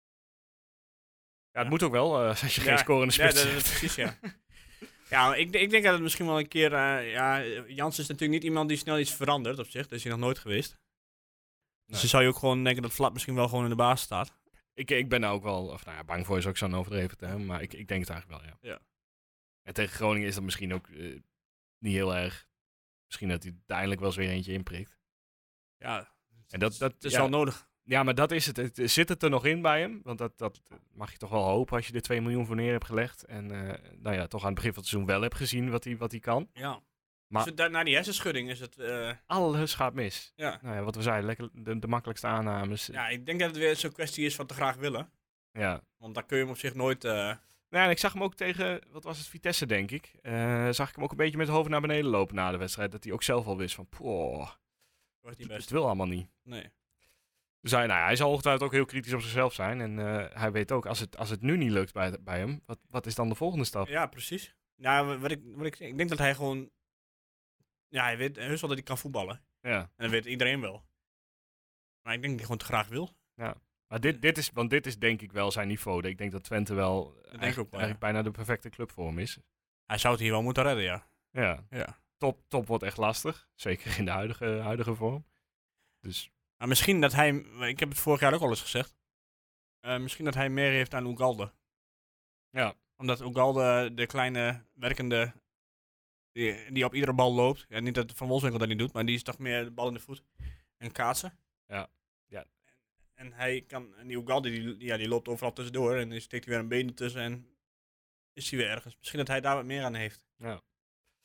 het moet ook wel, uh, als je geen scorende ja, spits dat, hebt. dat, precies, ja. Ja, ik, ik denk dat het misschien wel een keer... Uh, ja, Jans is natuurlijk niet iemand die snel iets verandert op zich. Dat is hij nog nooit geweest. Nee. Dus dan zou je ook gewoon denken dat Vlad misschien wel gewoon in de basis staat. Ik, ik ben daar ook wel, of nou ja, bang voor is ook zo'n overdreven term, maar ik, ik denk het eigenlijk wel, ja. Ja. En tegen Groningen is dat misschien ook uh, niet heel erg. Misschien dat hij uiteindelijk wel eens weer eentje inprikt. Ja, En dat, dat het is ja, wel nodig. Ja, maar dat is het. het. Zit het er nog in bij hem? Want dat, dat mag je toch wel hopen als je er twee miljoen voor neer hebt gelegd. En uh, nou ja, toch aan het begin van het seizoen wel hebt gezien wat hij wat hij kan. Ja. Maar Dus daar, na die hersenschudding is het... Uh, alles gaat mis. ja. Nou ja, wat we zeiden, lekker de, de makkelijkste aannames. ja, ik denk dat het weer zo'n kwestie is van te graag willen. Ja. Want daar kun je hem op zich nooit... Uh, Nou ja, en ik zag hem ook tegen, wat was het, Vitesse denk ik. Uh, zag ik hem ook een beetje met het hoofd naar beneden lopen na de wedstrijd. Dat hij ook zelf al wist van, poh, wordt niet het best. wil allemaal niet. Nee. Dus hij, nou ja, hij zal ongetwijfeld ook heel kritisch op zichzelf zijn. En uh, hij weet ook, als het, als het nu niet lukt bij, bij hem, wat, wat is dan de volgende stap? Ja, precies. Nou, wat ik, wat ik, ik denk dat hij gewoon... Ja, hij weet heus wel dat hij kan voetballen. Ja. En dat weet iedereen wel. Maar ik denk dat hij gewoon te graag wil. Maar dit, dit is, want dit is denk ik wel zijn niveau. Ik denk dat Twente wel denk ik eigenlijk, ook wel, eigenlijk bijna de perfecte club voor hem is. Hij zou het hier wel moeten redden, ja. Ja, Ja. top, top wordt echt lastig. Zeker in de huidige, huidige vorm. Dus Maar misschien dat hij... Ik heb het vorig jaar ook al eens gezegd. Uh, misschien dat hij meer heeft aan Ugalde. ja, Omdat Ugalde de kleine werkende... Die, die op iedere bal loopt. Ja, niet dat Van Wolfswinkel dat niet doet, maar die is toch meer de bal in de voet. En kaatsen. Ja. Ja. En hij kan... En die Ugalde, die, ja, die loopt overal tussendoor. En dan steekt hij weer een been ertussen en... Is hij weer ergens. Misschien dat hij daar wat meer aan heeft. ja.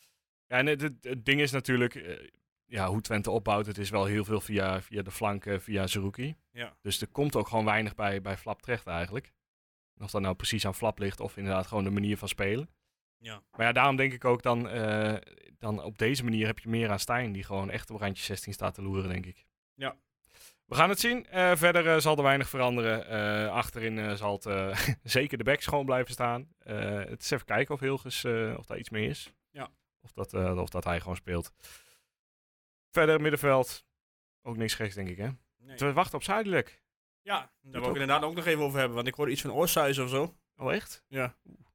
Ja, en het, het, het ding is natuurlijk, uh, ja, hoe Twente opbouwt, het is wel heel veel via, via de flanken, via Zerouki. Ja. Dus er komt ook gewoon weinig bij, bij Flap terecht eigenlijk. Of dat nou precies aan Flap ligt of inderdaad gewoon de manier van spelen. Ja. Maar ja, daarom denk ik ook dan, uh, dan op deze manier heb je meer aan Stijn, die gewoon echt op randje zestien staat te loeren, denk ik. Ja. We gaan het zien. Uh, verder uh, zal er weinig veranderen. Uh, achterin uh, zal het uh, zeker de backs gewoon blijven staan. Uh, het is even kijken of Hilgers, uh, of daar iets mee is. Ja. Of dat, uh, of dat hij gewoon speelt. Verder middenveld. Ook niks geks, denk ik, hè? Nee. We wachten op Zuidelijk. Ja, daar wil ik inderdaad ook nog even over hebben. Want ik hoorde iets van Oorsuis of zo. Oh, echt? Ja.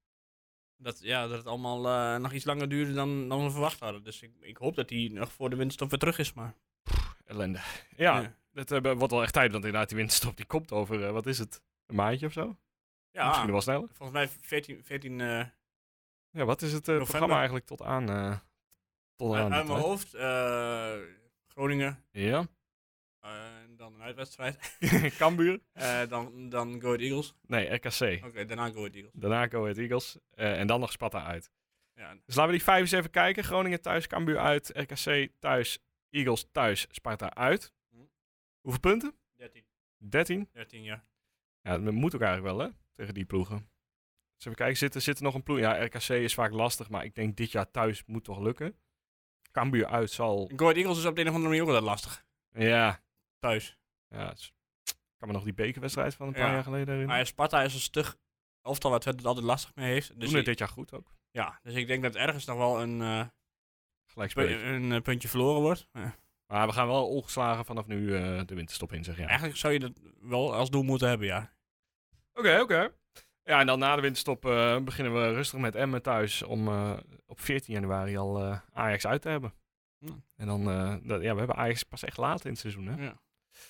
Dat, ja, dat het allemaal uh, nog iets langer duurde dan, dan we verwacht hadden. Dus ik, ik hoop dat hij nog voor de winterstop weer terug is. Maar... Pff, ellende. Ja, ja. het uh, wordt wel echt tijd. Want inderdaad die winterstop die komt over, uh, wat is het? Een maandje of zo? Ja, misschien wel sneller. Volgens mij veertien... veertien uh, ja, wat is het uh, programma eigenlijk tot aan... Uh, tot aan uit mijn hoofd. Uh, Groningen. Ja. Uh, dan een uitwedstrijd. Cambuur. Uh, dan, dan Go Ahead Eagles. Nee, R K C. Oké, okay, daarna Go Ahead Eagles. Daarna Go Ahead Eagles. Uh, en dan nog Sparta uit. Ja. Dus laten we die vijf eens even kijken. Groningen thuis, Cambuur uit, R K C thuis, Eagles thuis, Sparta uit. Hm. Hoeveel punten? dertien. dertien? dertien, ja. Ja, dat moet ook eigenlijk wel, hè? Tegen die ploegen. Dus even kijken, zit er, zit er nog een ploeg? Ja, R K C is vaak lastig, maar ik denk dit jaar thuis moet toch lukken. Cambuur uit zal... Go Ahead Eagles is op de een of andere manier ook wel lastig. Ja. Thuis. Ja, het kan me nog die bekerwedstrijd van een paar ja. jaar geleden herinneren. Maar Sparta is een stug elftal wat het altijd lastig mee heeft. Dus doen het ik, dit jaar goed ook. Ja, dus ik denk dat ergens nog wel een, uh, Gelijkspelletje. pu- een uh, puntje verloren wordt. Ja. Maar we gaan wel ongeslagen vanaf nu uh, de winterstop in, zeg ja. Eigenlijk zou je dat wel als doel moeten hebben, ja. Oké, okay, oké. Okay. Ja, en dan na de winterstop uh, beginnen we rustig met Emmen thuis om uh, op veertien januari al uh, Ajax uit te hebben. Hm. En dan, uh, dat, ja, we hebben Ajax pas echt laat in het seizoen, hè? Ja.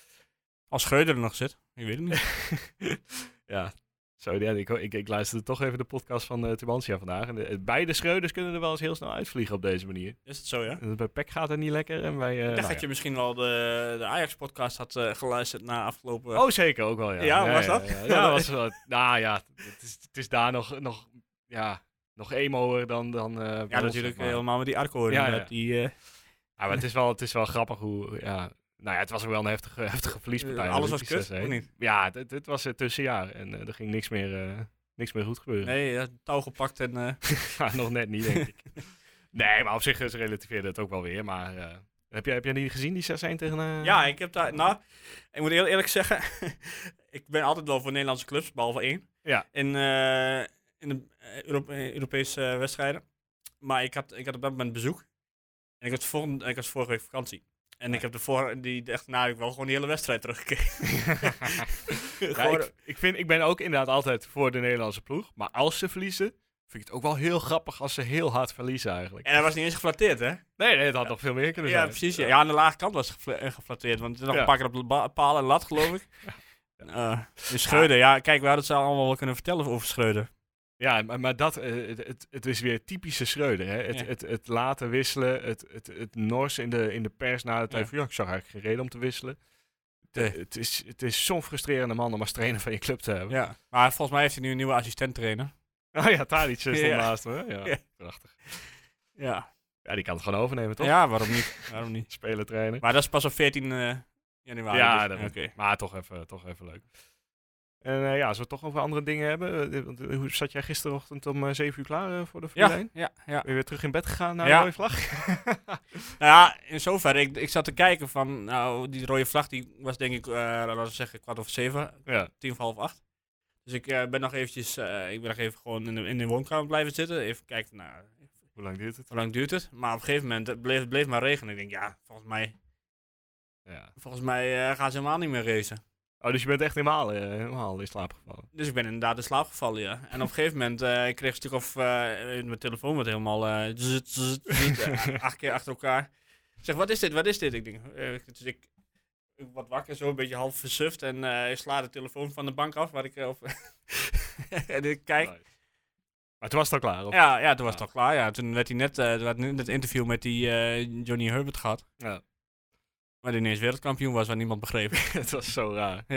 Als Schreuder er nog zit, ik weet het niet. Ja, zo, ja ik, ik, ik luisterde toch even de podcast van uh, Tubantia vandaag. En de, beide Schreuders kunnen er wel eens heel snel uitvliegen op deze manier. Is het zo, ja? En bij P E C gaat het niet lekker. En bij, uh, ik dacht nou, dat ja. je misschien wel de, de Ajax-podcast had uh, geluisterd na afgelopen... Oh, zeker, ook wel, ja. Ja, ja was ja, dat? Ja, ja. ja, was wel. Nou ja, het is, het is daar nog, nog, ja, nog emoer dan... dan uh, ja, ons, natuurlijk maar. helemaal met die Arco. Ja, ja. Die, uh, ja, maar het is wel, het is wel grappig hoe... Ja, nou ja, het was ook wel een heftige, heftige verliespartij. Alles was kut, of niet? Ja, het, het was het tussenjaar en uh, er ging niks meer, uh, niks meer goed gebeuren. Nee, uh, touw gepakt en... Uh... ja, nog net niet, denk ik. Nee, maar op zich is relativeerde het ook wel weer. Maar uh, heb, jij, heb jij die gezien, die zes een tegen... Uh... Ja, ik heb daar... Nou, ik moet heel eerlijk zeggen... ik ben altijd wel voor Nederlandse clubs, behalve één. Ja. In, uh, in de uh, Europe- Europese uh, wedstrijden. Maar ik had, ik had op dat moment bezoek. En ik had, volgende, ik had vorige week vakantie. En ja. ik heb de voor, die echt na ik wel gewoon die hele wedstrijd teruggekeken. ja, ik, ik, vind, ik ben ook inderdaad altijd voor de Nederlandse ploeg. Maar als ze verliezen, vind ik het ook wel heel grappig als ze heel hard verliezen eigenlijk. En hij was niet eens geflatteerd, hè? Nee, nee, het had ja. nog veel meer kunnen zijn. Ja, precies. Ja, ja aan de lage kant was gefla- geflatteerd. Want er nog ja. een paar keer op de ba- paal en lat, geloof ik. ja. uh, dus Schreuder, ja. ja, kijk, we hadden het allemaal wel kunnen vertellen over Schreuder. Ja, maar, maar dat, uh, het, het, het is weer typische Schreuder. Hè? Het, ja. het, het, het laten wisselen, het, het, het nors in de, in de pers na de tijd. Ja. Ja, ik zag eigenlijk geen reden om te wisselen. Nee. Het, het, is, het is zo'n frustrerende man om als trainer van je club te hebben. Ja, maar volgens mij heeft hij nu een nieuwe assistent-trainer. Oh ja, Tadic stond ja. naast me. Ja, ja, prachtig. Ja. Ja, die kan het gewoon overnemen, toch? Ja, waarom niet? Waarom niet? Spelen, trainen. Maar dat is pas op veertien uh, januari. Ja, dus. dat okay. maar toch even, toch even leuk. En uh, ja, als we het toch over andere dingen hebben. Uh, want, uh, hoe zat jij gisterochtend om uh, zeven uur klaar uh, voor de Formule één? Ja, ja, ja. Ben je weer terug in bed gegaan naar ja. de rode vlag? Nou ja, in zoverre. Ik, ik zat te kijken van, nou, die rode vlag die was denk ik, uh, laten we zeggen, kwart over zeven. Ja. Tien voor half acht. Dus ik uh, ben nog eventjes, uh, ik ben nog even gewoon in de, in de woonkamer blijven zitten. Even kijken naar... Hoe lang duurt het? Hoe lang duurt het? Maar op een gegeven moment bleef het bleef maar regenen. Ik denk, ja, volgens mij, ja. volgens mij uh, gaan ze helemaal niet meer racen. Oh, dus je bent echt helemaal, uh, helemaal in slaap gevallen? Dus ik ben inderdaad in slaap gevallen, ja. En op een gegeven moment uh, ik kreeg een stuk of... Uh, mijn telefoon werd helemaal... Uh, zzz, zzz, zzz, uh, acht keer achter elkaar. Ik zeg, wat is dit, wat is dit? Ik denk, uh, dus ik, ik word wakker, zo een beetje half versuft. En uh, ik sla de telefoon van de bank af, waar ik... Uh, op en ik kijk... Nee. Maar toen was het al klaar, of? Ja, ja, toen was het al klaar, ja. Toen werd hij net... Uh, werd net het interview met die uh, Johnny Herbert gehad. Ja. Maar die ineens wereldkampioen was, waar niemand begreep. Het was zo raar. Ja.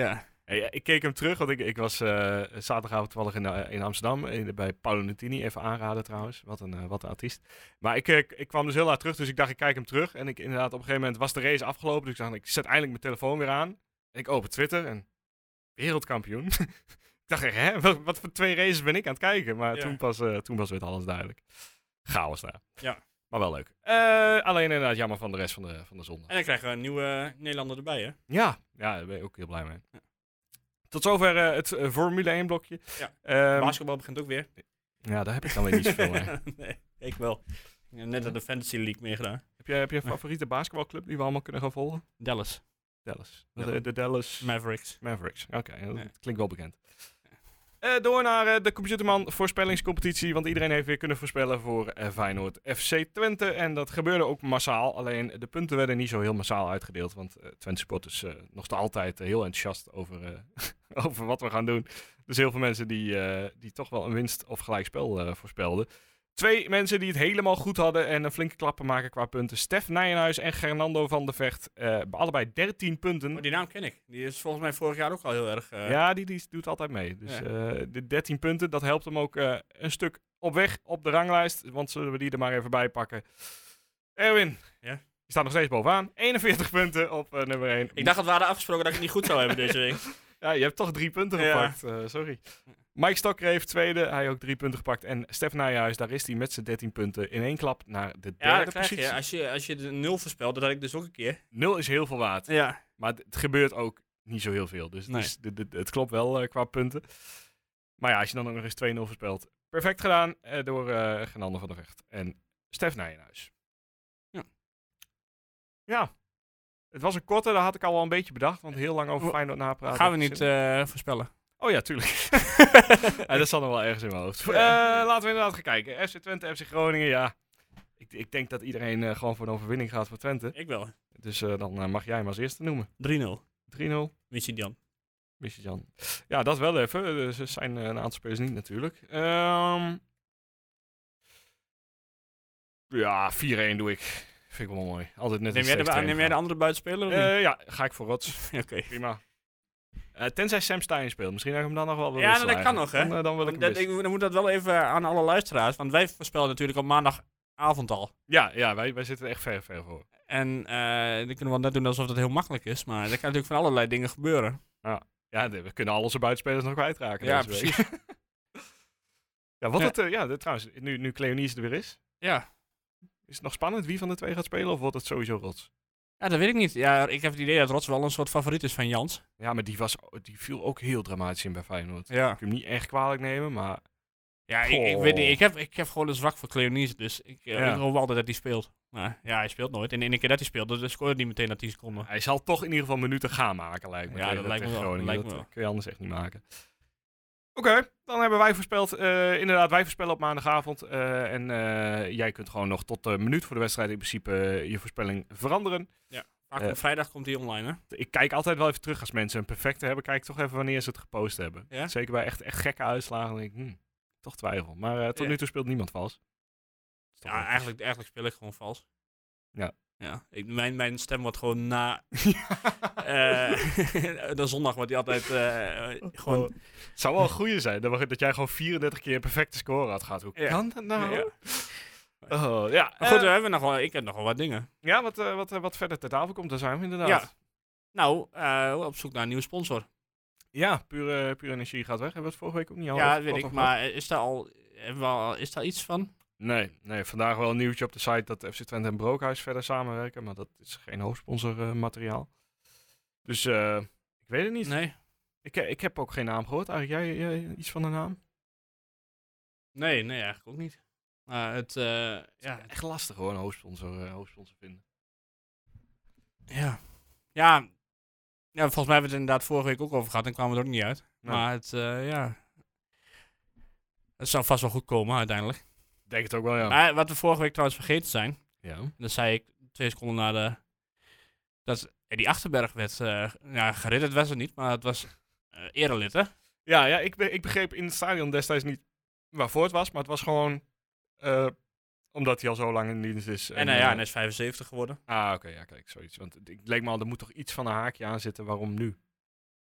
Hey, ik keek hem terug, want ik, ik was uh, zaterdagavond toevallig in, uh, in Amsterdam, in, bij Paolo Nutini. Even aanraden trouwens, wat een, uh, wat een artiest. Maar ik, ik, ik kwam dus heel laat terug, dus ik dacht ik kijk hem terug. En ik inderdaad op een gegeven moment was de race afgelopen, dus ik dacht ik zet eindelijk mijn telefoon weer aan. En ik open Twitter en wereldkampioen. Ik dacht echt, hè, wat, wat voor twee races ben ik aan het kijken? Maar ja. toen, pas, uh, toen was weer alles duidelijk. Chaos daar. Ja. Maar wel leuk. Uh, alleen inderdaad jammer van de rest van de, van de zondag. En dan krijgen we een nieuwe Nederlander erbij, hè? Ja, ja, daar ben ik ook heel blij mee. Ja. Tot zover uh, het uh, Formule één blokje. Ja. Um, Basketbal begint ook weer. Ja, daar heb ik dan weer niet zoveel mee. Nee, ik wel. Ik heb net aan de Fantasy League meegedaan. Heb je, heb je een favoriete basketbalclub die we allemaal kunnen gaan volgen? Dallas. Dallas. De, de, de Dallas... Mavericks. Mavericks, oké. Okay, dat nee. klinkt wel bekend. Uh, door naar uh, de Computerman voorspellingscompetitie, want iedereen heeft weer kunnen voorspellen voor uh, Feyenoord F C Twente. En dat gebeurde ook massaal, alleen de punten werden niet zo heel massaal uitgedeeld, want uh, Twente supporters uh, nog altijd uh, heel enthousiast over, uh, over wat we gaan doen. Dus heel veel mensen die, uh, die toch wel een winst of gelijkspel uh, voorspelden. Twee mensen die het helemaal goed hadden en een flinke klappen maken qua punten. Stef Nijenhuis en Fernando van der Vecht. Uh, allebei dertien punten. Oh, die naam ken ik. Die is volgens mij vorig jaar ook al heel erg... Uh... Ja, die, die doet altijd mee. Dus ja. uh, de dertien punten, dat helpt hem ook uh, een stuk op weg op de ranglijst. Want zullen we die er maar even bij pakken. Erwin, ja? die staat nog steeds bovenaan. eenenveertig punten op uh, nummer één. Ik dacht dat we hadden afgesproken dat ik het niet goed zou hebben deze week. Ja, je hebt toch drie punten ja. gepakt. Uh, sorry. Mike Stokker heeft tweede, hij ook drie punten gepakt. En Stef Nijhuis, daar is hij met zijn dertien punten in één klap naar de derde ja, dat positie. Je. Als, je, als je de nul voorspelt, dat had ik dus ook een keer. Nul is heel veel waard. Ja. Maar het, het gebeurt ook niet zo heel veel. Dus, nee. dus de, de, het klopt wel uh, qua punten. Maar ja, als je dan ook nog eens twee nul voorspelt. Perfect gedaan uh, door uh, Genander van der Vecht en Stef Nijhuis. Ja. Ja. Het was een korte, dat had ik al wel een beetje bedacht. Want heel lang over Feyenoord napraten. Gaan we niet uh, voorspellen? Oh ja, tuurlijk. Ja, dat zat nog wel ergens in mijn hoofd. Uh, laten we inderdaad gaan kijken. F C Twente, F C Groningen, ja. Ik, ik denk dat iedereen uh, gewoon voor een overwinning gaat voor Twente. Ik wel. Dus uh, dan uh, mag jij hem als eerste noemen. drie nul. drie nul. Missie Jan. Missie Jan. Ja, dat wel even. Dus er zijn uh, een aantal spelers niet natuurlijk. Um, ja, vier-een doe ik. Vind ik wel mooi. Altijd net neem, jij de, neem jij de andere buitenspeler? Uh, ja, ga ik voor Rots. Oké. Okay. Prima. Uh, tenzij Sam Stein speelt. Misschien heb ik hem dan nog wel willen Ja, dat kan nog, hè? Dan, uh, dan, wil ik dat, ik, dan moet dat wel even aan alle luisteraars. Want wij voorspellen natuurlijk op maandagavond al. Ja, ja wij, wij zitten er echt ver, ver voor. En uh, dan kunnen we wel net doen alsof dat heel makkelijk is. Maar er kan natuurlijk van allerlei dingen gebeuren. Ja, ja we kunnen al onze buitenspelers nog kwijtraken. Ja, deze precies. Week. ja, wat ja. het, uh, ja, dit, trouwens, nu, nu Cleonice er weer is. Ja. Is het nog spannend wie van de twee gaat spelen of wordt het sowieso Rots? Ja, dat weet ik niet. Ja, ik heb het idee dat Rots wel een soort favoriet is van Jans. Ja, maar die, was, die viel ook heel dramatisch in bij Feyenoord. Ja. Ik kan hem niet echt kwalijk nemen, maar... Ja, ik, ik weet niet. Ik heb, ik heb gewoon een zwak voor Cleonice, dus ik, uh, ja. ik hoop altijd dat hij speelt. Maar ja, hij speelt nooit. En de ene keer dat hij speelt, dan scoort hij niet meteen na tien seconden. Hij zal toch in ieder geval minuten gaan maken, lijkt me. Ja, dat, dat lijkt me wel. Groningen. Lijkt me dat wel. kun je anders echt niet maken. Oké, okay, dan hebben wij voorspeld. Uh, inderdaad, wij voorspellen op maandagavond. Uh, en uh, jij kunt gewoon nog tot een minuut voor de wedstrijd in principe uh, je voorspelling veranderen. Ja, vaak uh, op vrijdag komt die online, hè? Ik kijk altijd wel even terug als mensen een perfecte hebben. Kijk toch even wanneer ze het gepost hebben. Ja? Zeker bij echt, echt gekke uitslagen. Dan denk ik, hmm, toch twijfel. Maar uh, tot ja. nu toe speelt niemand vals. Ja, eigenlijk, eigenlijk speel ik gewoon vals. Ja. Ja, ik, mijn, mijn stem wordt gewoon na uh, de zondag wordt die altijd uh, gewoon... Oh, het zou wel een goeie zijn dat, dat jij gewoon vierendertig keer een perfecte score had gehad. Hoe ja. kan dat nou? Ja. Oh, ja. Maar goed, uh, we hebben nog wel, ik heb nog wel wat dingen. Ja, wat, uh, wat, uh, wat verder ter tafel komt, daar zijn we inderdaad. Ja. Nou, uh, op zoek naar een nieuwe sponsor. Ja, Pure, Pure Energie gaat weg. Hebben we het vorige week ook niet al Ja, weet ik. Maar is daar al, hebben we al, is daar iets van? Nee, nee, vandaag wel een nieuwtje op de site dat F C Twente en Brookhuis verder samenwerken. Maar dat is geen hoofdsponsor uh, materiaal. Dus uh, ik weet het niet. Nee. Ik, ik heb ook geen naam gehoord. Eigenlijk jij, jij iets van de naam? Nee, nee, eigenlijk ook niet. Maar het, uh, ja. Echt lastig hoor, een hoofdsponsor, uh, hoofdsponsor vinden. Ja. Ja. Ja, volgens mij hebben we het inderdaad vorige week ook over gehad en kwamen we er ook niet uit. Nee. Maar het, uh, ja. Het zou vast wel goed komen uiteindelijk. Ik denk het ook wel, ja. Maar wat we vorige week trouwens vergeten zijn. Ja. Dat zei ik twee seconden na de... Dat Eddie Achterberg werd... Uh, ja, geridderd was het niet, maar het was uh, erelid, hè? Ja, ja ik, be- ik begreep in het stadion destijds niet waarvoor het was. Maar het was gewoon... Uh, omdat hij al zo lang in dienst is. En, en uh, ja, hij is vijfenzeventig geworden. Ah, oké, okay, ja, kijk, zoiets. Want het leek me al, er moet toch iets van een haakje aan zitten. Waarom nu?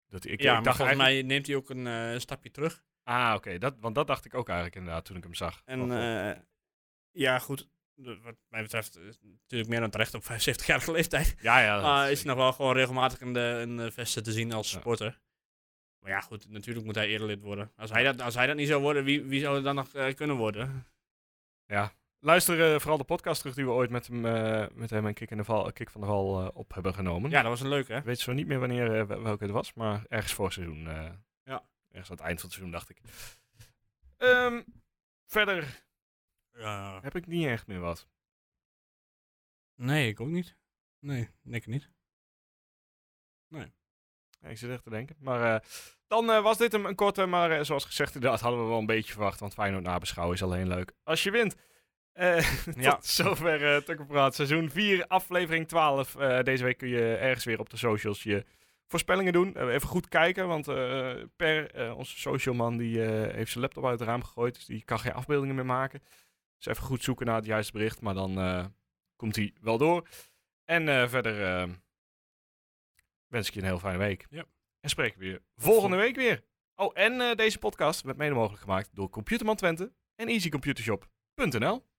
Dat, ik, ja, ik maar dacht volgens eigenlijk... mij neemt hij ook een uh, stapje terug. Ah, oké. Okay. Want dat dacht ik ook eigenlijk inderdaad toen ik hem zag. En oh, uh, ja, goed. Wat mij betreft is natuurlijk meer dan terecht op vijfenzeventigjarige leeftijd. Ja, ja. Maar uh, is hij nog wel gewoon regelmatig in de, in de vesten te zien als ja. sporter. Maar ja, goed. Natuurlijk moet hij erelid worden. Als hij dat, als hij dat niet zou worden, wie, wie zou het dan nog uh, kunnen worden? Ja. Luister uh, vooral de podcast terug die we ooit met hem, uh, met hem en Kik, in de Val, Kik van der Val uh, op hebben genomen. Ja, dat was een leuke, hè? Ik weet zo niet meer wanneer uh, welke het was, maar ergens voor het seizoen. Uh, ja. Ergens aan het eind van het seizoen, dacht ik. Um, verder ja. heb ik niet echt meer wat. Nee, ik ook niet. Nee, ik niet. Nee. Ja, ik zit echt te denken. Maar uh, dan uh, was dit hem een korte, maar uh, zoals gezegd, inderdaad hadden we wel een beetje verwacht. Want Feyenoord nabeschouwen is alleen leuk als je wint. Uh, ja. Tot zover uh, Tukkenpraat seizoen vier, aflevering twaalf. Uh, deze week kun je ergens weer op de socials je voorspellingen doen. Uh, even goed kijken, want uh, Per, uh, onze socialman, die uh, heeft zijn laptop uit het raam gegooid. Dus die kan geen afbeeldingen meer maken. Dus even goed zoeken naar het juiste bericht, maar dan uh, komt hij wel door. En uh, verder uh, wens ik je een heel fijne week. Ja. En spreken we weer volgende week weer. Oh, en uh, deze podcast werd mede mogelijk gemaakt door Computerman Twente en easy computershop punt n l.